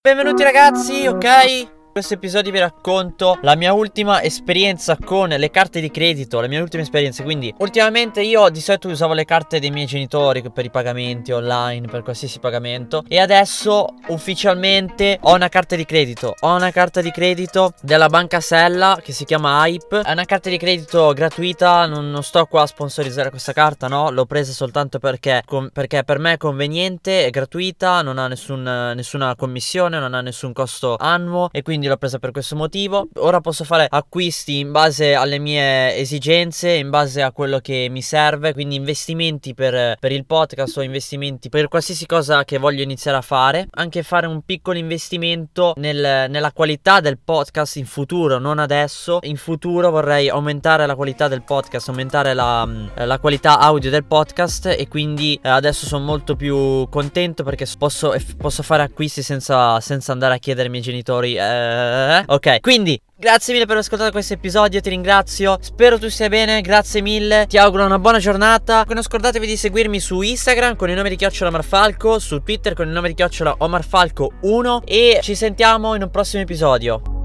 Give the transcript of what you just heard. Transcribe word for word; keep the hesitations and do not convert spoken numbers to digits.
Benvenuti ragazzi, ok? In questo episodio vi racconto la mia ultima esperienza con le carte di credito, le mie ultime esperienze. Quindi ultimamente io di solito usavo le carte dei miei genitori per i pagamenti online, per qualsiasi pagamento. E adesso ufficialmente ho una carta di credito. Ho una carta di credito della banca Sella che si chiama Hype. È una carta di credito gratuita, non, non sto qua a sponsorizzare questa carta, no. L'ho presa soltanto perché, com, perché per me è conveniente, è gratuita, non ha nessun, nessuna commissione, non ha nessun costo annuo. E quindi l'ho presa per questo motivo. Ora posso fare acquisti in base alle mie esigenze, in base a quello che mi serve. Quindi investimenti per, per il podcast o investimenti per qualsiasi cosa che voglio iniziare a fare. Anche fare un piccolo investimento nel, nella qualità del podcast in futuro, non adesso. In futuro vorrei aumentare la qualità del podcast, aumentare la, la qualità audio del podcast. E quindi eh, adesso sono molto più contento perché posso, posso fare acquisti senza, senza andare a chiedere ai miei genitori eh, ok, quindi grazie mille per aver ascoltato questo episodio, ti ringrazio. Spero tu stia bene, grazie mille. Ti auguro una buona giornata. Non scordatevi di seguirmi su Instagram con il nome di chiocciola Omarfalco, su Twitter con il nome di chiocciola Omarfalco uno. E ci sentiamo in un prossimo episodio.